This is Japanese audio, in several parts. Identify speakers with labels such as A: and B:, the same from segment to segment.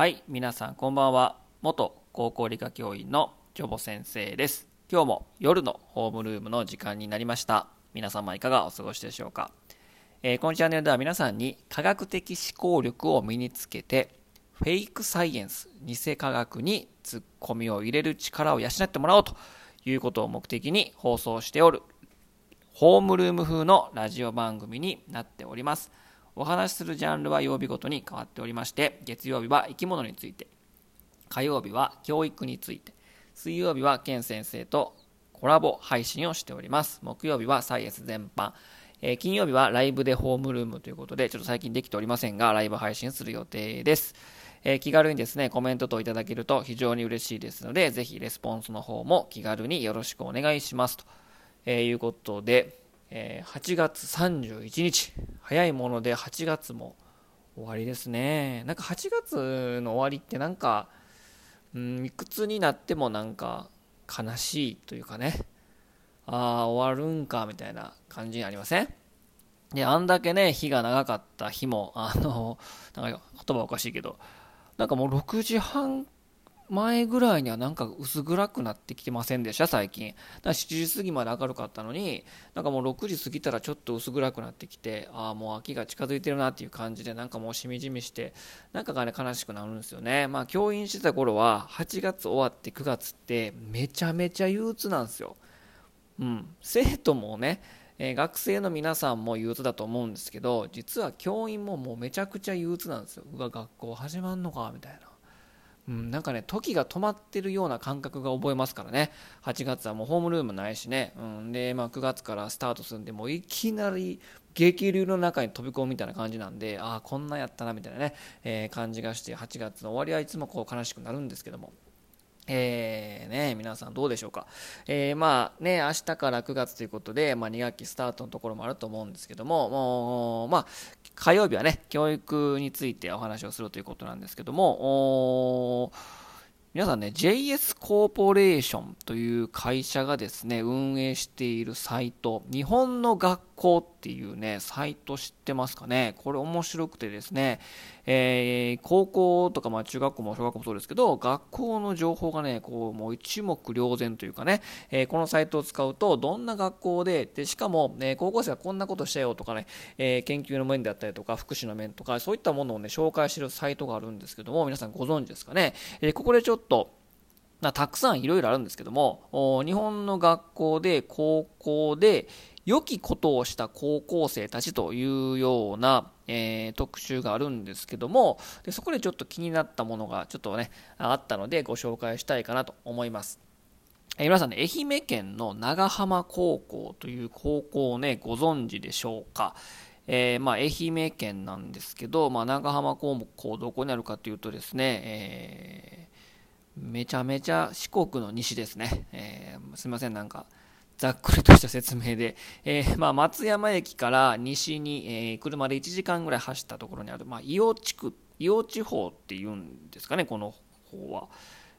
A: はい、皆さんこんばんは。元高校理科教員のジョボ先生です。今日も夜のホームルームの時間になりました。皆様いかがお過ごしでしょうか。このチャンネルでは皆さんに科学的思考力を身につけてフェイクサイエンス、偽科学にツッコミを入れる力を養ってもらおうということを目的に放送しておるホームルーム風のラジオ番組になっております。お話しするジャンルは曜日ごとに変わっておりまして、月曜日は生き物について、火曜日は教育について、水曜日はケン先生とコラボ配信をしております。木曜日はサイエンス全般、金曜日はライブでホームルームということで、ちょっと最近できておりませんが、ライブ配信する予定です。気軽にですね、コメント等いただけると非常に嬉しいですので、ぜひレスポンスの方も気軽によろしくお願いしますと、いうことで、8月31日、早いもので8月も終わりですね。なんか8月の終わりってなんか、いくつになってもなんか悲しいというかね、終わるんかみたいな感じにありません？で、あんだけね、日が長かった日も、なんか言葉おかしいけど、なんかもう6時半前ぐらいにはなんか薄暗くなってきてませんでした最近。だから7時過ぎまで明るかったのに、なんかもう6時過ぎたらちょっと薄暗くなってきて、もう秋が近づいてるなっていう感じで、なんかもうしみじみして、なんかがね悲しくなるんですよね。教員してた頃は8月終わって9月ってめちゃめちゃ憂鬱なんですよ。生徒もね、学生の皆さんも憂鬱だと思うんですけど、実は教員ももうめちゃくちゃ憂鬱なんですよ。学校始まんのかみたいな。なんかね、時が止まってるような感覚が覚えますからね。8月はもうホームルームないしね。で、9月からスタートするんで、もういきなり激流の中に飛び込むみたいな感じなんで、こんなやったなみたいなね、感じがして、8月の終わりはいつもこう悲しくなるんですけども。皆さんどうでしょうか。明日から9月ということで、2学期スタートのところもあると思うんですけども、火曜日はね、教育についてお話をするということなんですけども、皆さんね、JS コーポレーションという会社がですね、運営しているサイト、日本の学校っていうね、サイト知ってますかね。これ面白くてですね、高校とか中学校も小学校もそうですけど、学校の情報がね、もう一目瞭然というかね、このサイトを使うと、どんな学校で、しかも、高校生はこんなことしたよとかね、研究の面であったりとか、福祉の面とか、そういったものをね、紹介しているサイトがあるんですけども、皆さんご存知ですかね。ここでちょっと、たくさんいろいろあるんですけども、日本の学校で高校で良きことをした高校生たちというような、特集があるんですけども、そこでちょっと気になったものがちょっとねあったのでご紹介したいかなと思います。皆さんね、愛媛県の長浜高校という高校をねご存知でしょうか。愛媛県なんですけど、長浜高校どこにあるかというとですね、めちゃめちゃ四国の西ですね。すみません、なんかざっくりとした説明で、松山駅から西に、車で1時間ぐらい走ったところにある、伊予地方っていうんですかね、この方は。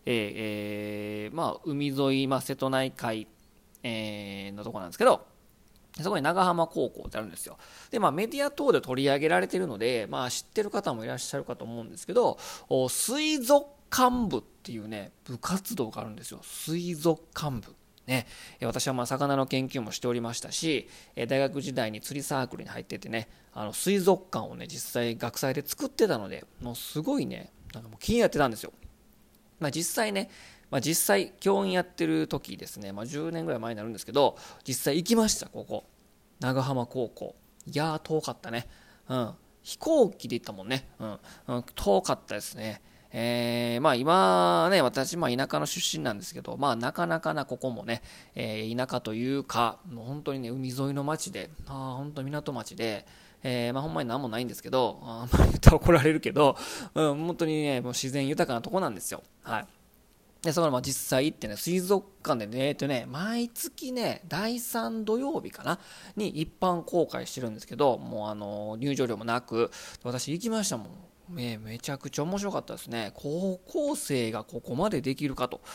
A: 海沿い、瀬戸内海、のところなんですけど、そこに長浜高校ってあるんですよ。で、メディア等で取り上げられているので、知ってる方もいらっしゃるかと思うんですけど、水族館部っていうね、部活動があるんですよ。水族館部。ね、私は魚の研究もしておりましたし、大学時代に釣りサークルに入っててね、水族館をね、実際学祭で作ってたので、もうすごいね、なんかもう気になってたんですよ。実際教員やってる時ですね、10年ぐらい前になるんですけど、実際行きました。ここ長浜高校。いやー遠かったね。飛行機で行ったもんね。遠かったですね。今ね、私田舎の出身なんですけど、なかなかなここもね、田舎というか、もう本当にね海沿いの町で、本当港町で、ほんまに何もないんですけど、言ったら怒られるけど、本当にねもう自然豊かなとこなんですよ。はい。でそこ実際行ってね、水族館でね、毎月ね第3土曜日かなに一般公開してるんですけど、もう入場料もなく私行きましたもん。めちゃくちゃ面白かったですね。高校生がここまでできるかと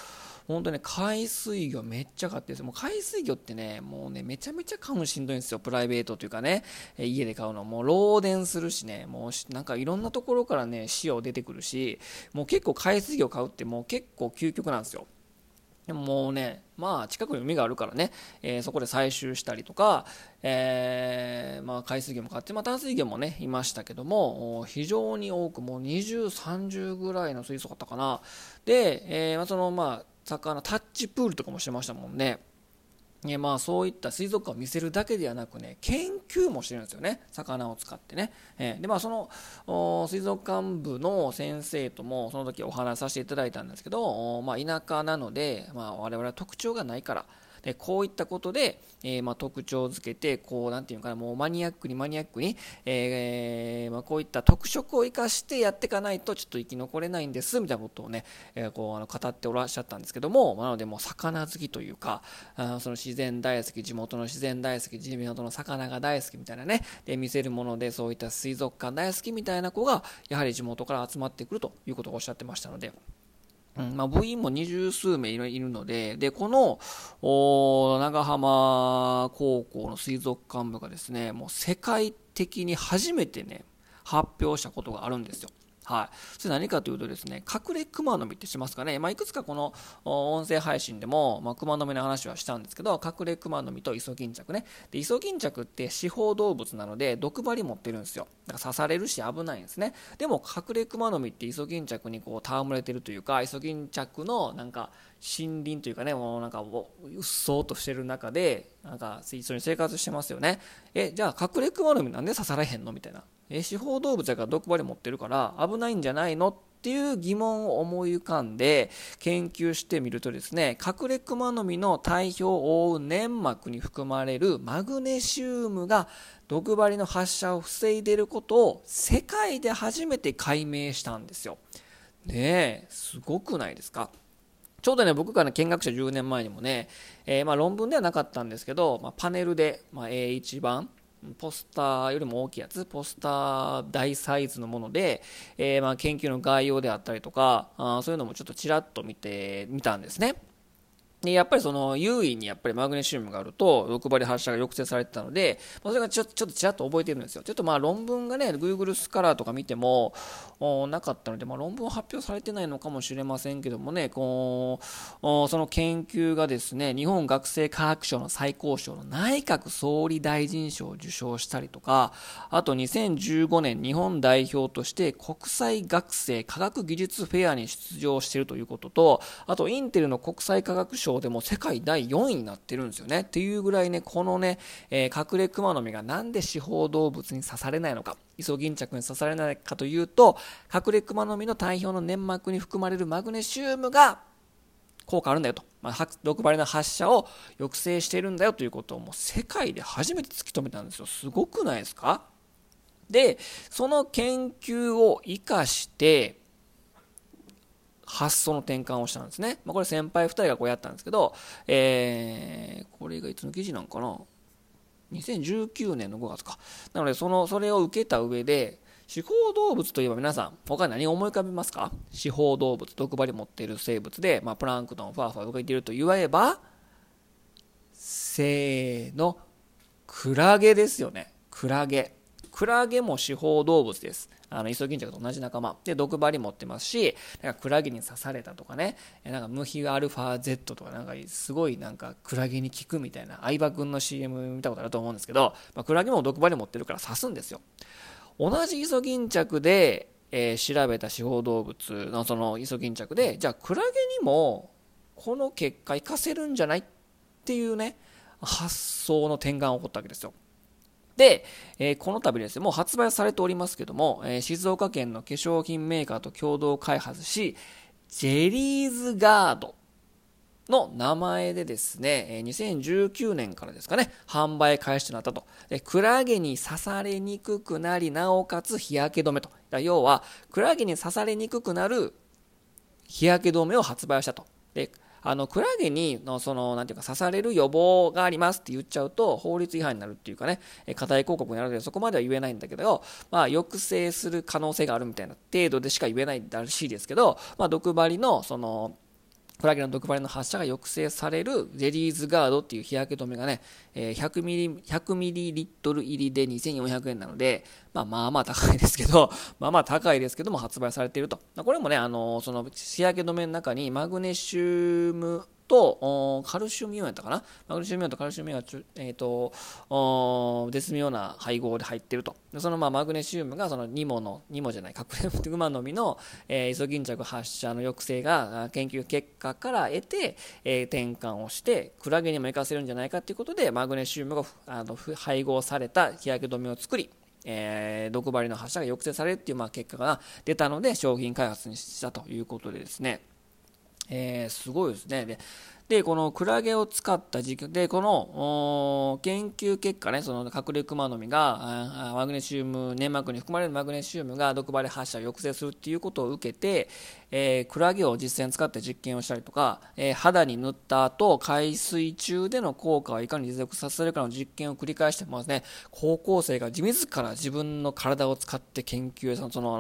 A: 本当ね、海水魚めっちゃ飼ってるんですよ。もう海水魚ってね、もうね、めちゃめちゃ飼うのしんどいんですよ。プライベートというかね、家で飼うの。もう漏電するしね、もうなんかいろんなところからね、塩出てくるし、もう結構海水魚飼うってもう結構究極なんですよ。でももうね、まあ近くに海があるからね、そこで採集したりとか、まあ海水魚も飼って、まあ淡水魚もね、いましたけども、非常に多く、もう20、30ぐらいの水槽だったかな。で、まあそのまあ、魚、タッチプールとかもしてましたもんね。まあそういった水族館を見せるだけではなくね、研究もしてるんですよね、魚を使ってね。でまあその水族館部の先生ともその時お話しさせていただいたんですけど、まあ、田舎なので、まあ、我々は特徴がないから、でこういったことで、まあ、特徴づけて、こうなんていうかな、もうマニアックにマニアックに、まあ、こういった特色を生かしてやっていかないとちょっと生き残れないんですみたいなことをね、こう語っておらっしゃったんですけども、なのでもう魚好きというか、その自然大好き、地元の自然大好き、地元の魚が大好きみたいなね、で見せるものでそういった水族館大好きみたいな子がやはり地元から集まってくるということをおっしゃってましたので、まあ、部員も20数名いるので、この長浜高校の水族館部がですね、もう世界的に初めてね、発表したことがあるんですよ。はい。それ何かというとですね、隠れクマノミって知ってますかね。まあ、いくつかこの音声配信でも、まあ、クマノミの話はしたんですけど、隠れクマノミとイソギンチャクね。で、イソギンチャクって四方動物なので、毒針持ってるんですよ。だから刺されるし危ないんですね。でも、隠れクマノミってイソギンチャクにこう戯れてるというか、イソギンチャクのなんか森林というかね、もうなんかうっそうとしてる中で、なんか一緒に生活してますよね。じゃあ隠れクマノミなんで刺されへんのみたいな。四方動物だから毒針持ってるから危ないんじゃないのっていう疑問を思い浮かんで研究してみるとですね、隠れクマノミの体表を覆う粘膜に含まれるマグネシウムが毒針の発射を防いでいることを世界で初めて解明したんですよ。ねえ、すごくないですか。ちょうどね、僕がね、見学者10年前にもね、まあ論文ではなかったんですけど、まあ、パネルで、まあ、A1 版ポスターよりも大きいやつ、ポスター大サイズのもので、まあ研究の概要であったりとか、そういうのもちょっとちらっと見たんですね。でやっぱりその優位にやっぱりマグネシウムがあると毒針発射が抑制されてたので、それがちょっとちらっと覚えてるんですよ。ちょっとまあ論文がね Google スカラーとか見てもなかったので、まあ、論文は発表されてないのかもしれませんけどもね、その研究がですね日本学生科学賞の最高賞の内閣総理大臣賞を受賞したりとか、あと2015年日本代表として国際学生科学技術フェアに出場しているということと、あとインテルの国際科学賞でも世界第4位になってるんですよね。っていうぐらいね、このね、隠れクマノミがなんで四方動物に刺されないのか、イソギンチャクに刺されないかというと、隠れクマノミの体表の粘膜に含まれるマグネシウムが効果あるんだよと、まあ、毒針の発射を抑制しているんだよということをもう世界で初めて突き止めたんですよ。すごくないですか。で、その研究を生かして発想の転換をしたんですね。まあ、これ先輩2人がこうやったんですけど、これがいつの記事なんかな、2019年の5月か。なのでそれを受けた上で、四方動物といえば皆さん他に何を思い浮かべますか。四方動物、毒針持っている生物で、まあ、プランクトン、ファーファーとか言っていると言えば、せーの、クラゲですよね。クラゲも四方動物です。イソギンチャクと同じ仲間で毒針持ってますし、なんかクラゲに刺されたとかね、なんかムヒアルファ Z とかなんかすごいなんかクラゲに効くみたいな相葉君の CM 見たことあると思うんですけど、まあ、クラゲも毒針持ってるから刺すんですよ。同じイソギンチャクで、調べた四方動物のそのイソギンチャクで、じゃあクラゲにもこの結果活かせるんじゃないっていうね、発想の転換が起こったわけですよ。で、この度ですね、もう発売されておりますけども、静岡県の化粧品メーカーと共同開発し、ジェリーズガードの名前でですね、2019年からですかね、販売開始となったと。クラゲに刺されにくくなり、なおかつ日焼け止めと。要は、クラゲに刺されにくくなる日焼け止めを発売したと。でクラゲになんていうか刺される予防がありますって言っちゃうと法律違反になるっていうかね、過大広告になるのでそこまでは言えないんだけど、まあ抑制する可能性があるみたいな程度でしか言えないらしいですけど、まあ毒針のクラゲの毒針の発射が抑制されるジェリーズガードっていう日焼け止めがね、100ミリリットル入りで2400円なので、まあ高いですけど、高いですけども発売されていると。これもね、その日焼け止めの中にマグネシウムとカルシウムイオンやったかな、マグネシウムイオンとカルシウムイオンは絶妙な配合で入っていると。でそのマグネシウムがそのニモじゃないカクレムマノミの、イソギンチャク発射の抑制が研究結果から得て、転換をしてクラゲにも活かせるんじゃないかということでマグネシウムが配合された日焼け止めを作り、毒針の発射が抑制されるっていう結果が出たので商品開発にしたということでですね、すごいですね。でこのクラゲを使った実験でこの研究結果ね、そのカクレクマノミがマグネシウム粘膜に含まれるマグネシウムが毒針発射を抑制するっていうことを受けて、クラゲを実際に使って実験をしたりとか、肌に塗った後海水中での効果をいかに持続させるかの実験を繰り返してますね。高校生が自ら自分の体を使って研究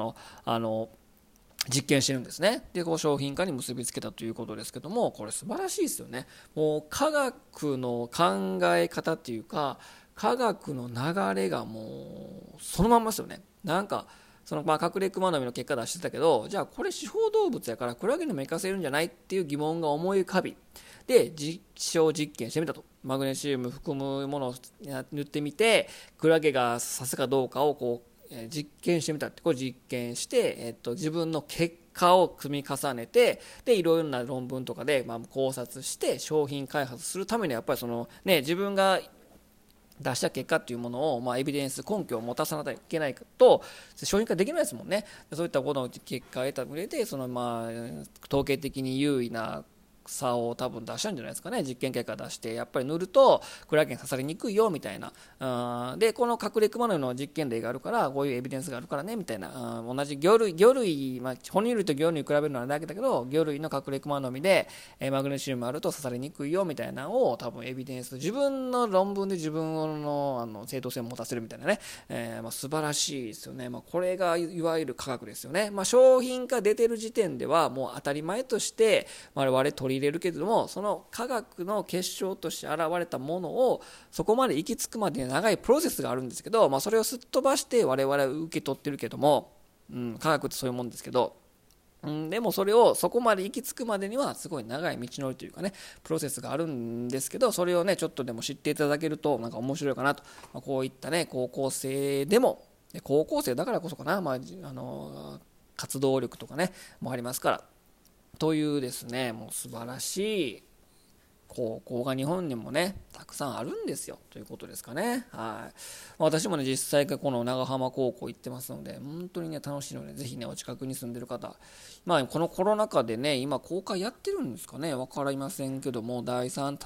A: 実験してるんですね。で、商品化に結びつけたということですけども、これ素晴らしいですよね。もう科学の考え方っていうか、科学の流れがもうそのまんまですよね。なんかそのカクレクマノミの結果出してたけど、じゃあこれ四方動物やからクラゲにも活かせるんじゃないっていう疑問が思い浮かび、で実証実験してみたと。マグネシウム含むものを塗ってみて、クラゲが刺すかどうかを実験してみたって、これ実験して、自分の結果を積み重ねて、でいろいろな論文とかで、考察して商品開発するためにはやっぱり自分が出した結果っていうものを、エビデンス根拠を持たさなきゃいけないと商品化できないですもんね。そういったことの結果を得た上で統計的に優位な差を多分出したんじゃないですかね。実験結果出してやっぱり塗るとクラゲに刺されにくいよみたいな、でこのカクレクマノミの実験例があるからこういうエビデンスがあるからねみたいな、同じ魚類、哺乳類と魚類に比べるのはだけだけど魚類のカクレクマノミで、マグネシウムあると刺されにくいよみたいなのを多分エビデンス、自分の論文で自分の正当性を持たせるみたいなね、素晴らしいですよね。これがいわゆる科学ですよね。商品化出てる時点ではもう当たり前として我々取り入れるけれども、その科学の結晶として現れたものをそこまで行き着くまでに長いプロセスがあるんですけど、それをすっ飛ばして我々は受け取ってるけども、科学ってそういうもんですけど、でもそれをそこまで行き着くまでにはすごい長い道のりというかね、プロセスがあるんですけど、それをねちょっとでも知っていただけるとなんか面白いかなと、こういったね高校生でも、高校生だからこそかな、活動力とかねもありますからというですね、もう素晴らしい高校が日本にもねたくさんあるんですよということですかね。はい。私もね実際この長浜高校行ってますので本当にね楽しいので、ぜひねお近くに住んでる方、このコロナ禍でね今公開やってるんですかね、わかりませんけども、第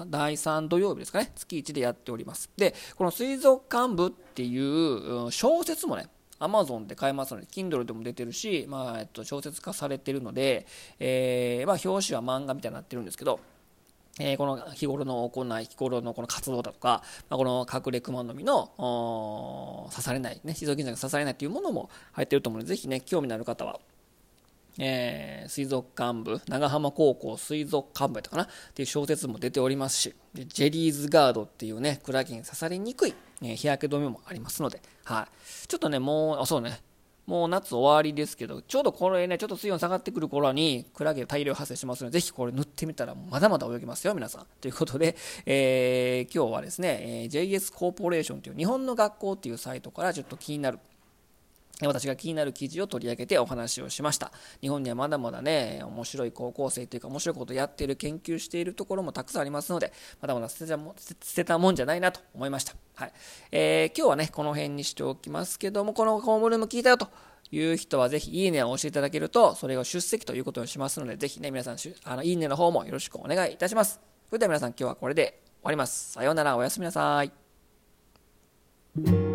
A: 3土曜日ですかね、月1でやっております。でこの水族館部っていう小説もねAmazon で買えますので、Kindle でも出てるし、小説化されてるので、表紙は漫画みたいになってるんですけど、この日頃のこの活動だとか、このカクレクマノミの刺されないね、シソギンチャクが刺されないというものも入っていると思うので、ぜひね興味のある方は、水族館部長浜高校水族館部とかなっていう小説も出ておりますし、でジェリーズガードっていうねクラゲに刺されにくい、日焼け止めもありますので、はい、ちょっとねもう夏終わりですけど、ちょうどこれねちょっと水温下がってくる頃にクラゲ大量発生しますので、ぜひこれ塗ってみたらまだまだ泳ぎますよ皆さんということで、今日はですね、JS コーポレーションという日本の学校っていうサイトからちょっと私が気になる記事を取り上げてお話をしました。日本にはまだまだね面白い高校生というか面白いことをやっている研究しているところもたくさんありますので、まだまだ捨てたもんじゃないなと思いました。はい。今日はねこの辺にしておきますけども、このホームルーム聞いたよという人はぜひいいねを押していただけるとそれを出席ということをしますので、ぜひね皆さんいいねの方もよろしくお願いいたします。それでは皆さん今日はこれで終わります。さようなら、おやすみなさい。